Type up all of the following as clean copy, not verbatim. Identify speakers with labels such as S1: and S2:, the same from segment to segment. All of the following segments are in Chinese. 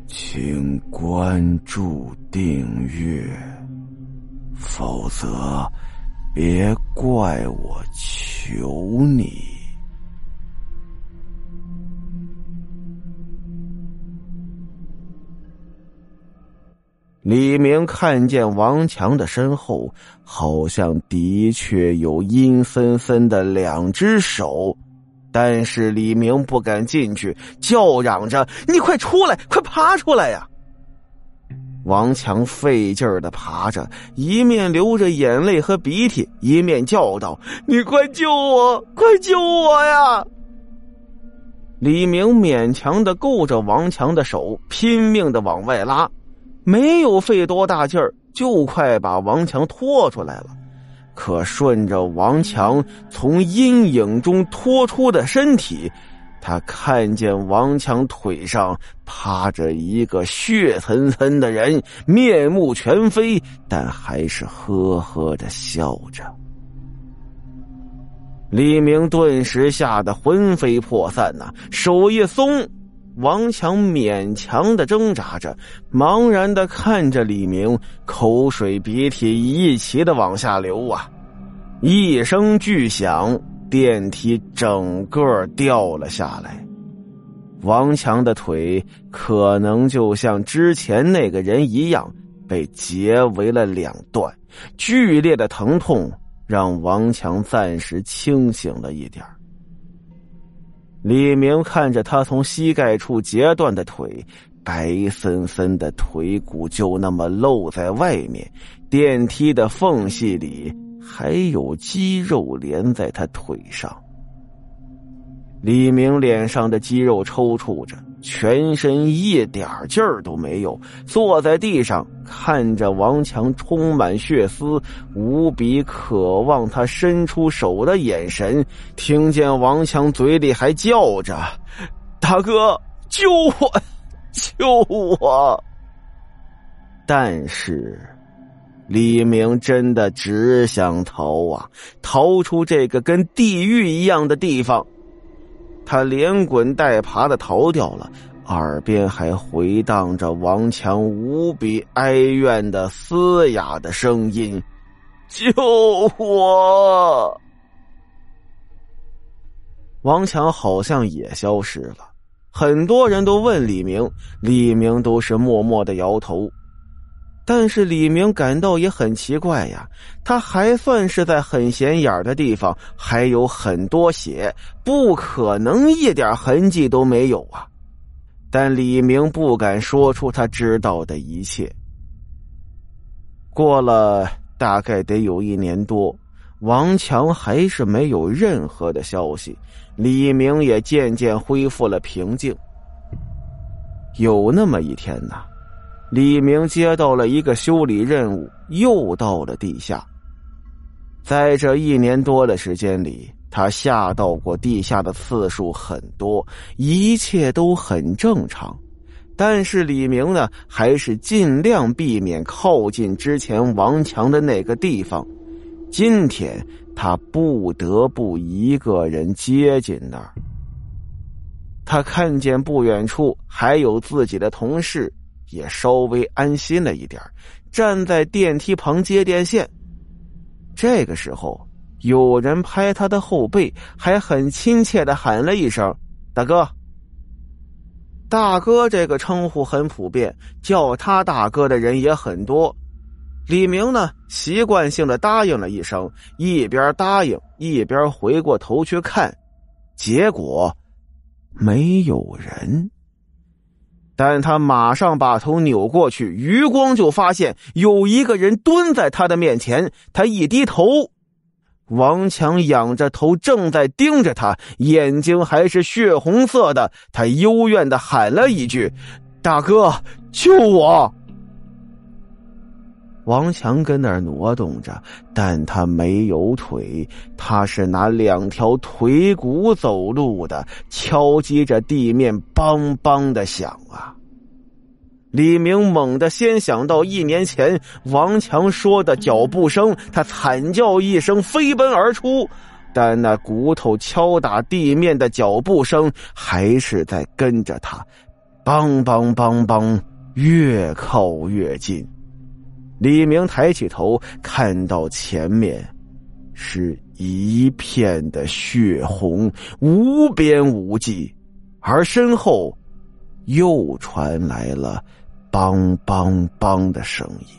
S1: 请关注订阅，否则别怪我求你。李明看见王强的身后好像的确有阴森森的两只手，但是李明不敢进去，叫嚷着：“你快出来，快爬出来呀！”王强费劲儿地爬着，一面流着眼泪和鼻涕，一面叫道：“你快救我，快救我呀！”李明勉强地够着王强的手，拼命地往外拉，没有费多大劲儿，就快把王强拖出来了。可顺着王强从阴影中拖出的身体，他看见王强腿上趴着一个血涔涔的人，面目全非，但还是呵呵地笑着。李明顿时吓得魂飞魄散呐，手一松，王强勉强地挣扎着，茫然地看着李明，口水鼻涕一起地往下流啊！一声巨响，电梯整个掉了下来。王强的腿可能就像之前那个人一样，被截为了两段，剧烈的疼痛让王强暂时清醒了一点。李明看着他从膝盖处截断的腿，白森森的腿骨就那么露在外面，电梯的缝隙里还有肌肉连在他腿上。李明脸上的肌肉抽搐着，全身一点劲儿都没有，坐在地上看着王强充满血丝，无比渴望他伸出手的眼神，听见王强嘴里还叫着：“大哥，救我，救我！”但是李明真的只想逃啊，逃出这个跟地狱一样的地方。他连滚带爬的逃掉了，耳边还回荡着王强无比哀怨的嘶哑的声音：“救我！”王强好像也消失了，很多人都问李明，李明都是默默的摇头。但是李明感到也很奇怪呀，他还算是在很显眼的地方，还有很多血，不可能一点痕迹都没有啊。但李明不敢说出他知道的一切。过了大概得有1年多，王强还是没有任何的消息，李明也渐渐恢复了平静。有那么一天呢，李明接到了一个修理任务，又到了地下。在这1年多的时间里，他下到过地下的次数很多，一切都很正常。但是李明呢，还是尽量避免靠近之前王强的那个地方。今天他不得不一个人接近那儿。他看见不远处还有自己的同事，也稍微安心了一点，站在电梯旁接电线。这个时候，有人拍他的后背，还很亲切地喊了一声：“大哥。”大哥这个称呼很普遍，叫他大哥的人也很多。李明呢，习惯性地答应了一声，一边答应一边回过头去看，结果没有人。但他马上把头扭过去，余光就发现有一个人蹲在他的面前。他一低头，王强仰着头正在盯着他，眼睛还是血红色的。他幽怨地喊了一句：“大哥，救我！”王强跟那儿挪动着，但他没有腿，他是拿2条腿骨走路的，敲击着地面，梆梆的响啊。李明猛地先想到1年前王强说的脚步声，他惨叫一声飞奔而出，但那骨头敲打地面的脚步声还是在跟着他。 梆梆梆梆，越靠越近。李明抬起头，看到前面是一片的血红，无边无际，而身后又传来了梆梆梆的声音。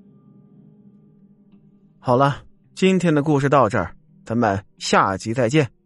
S1: 好了，今天的故事到这儿，咱们下集再见。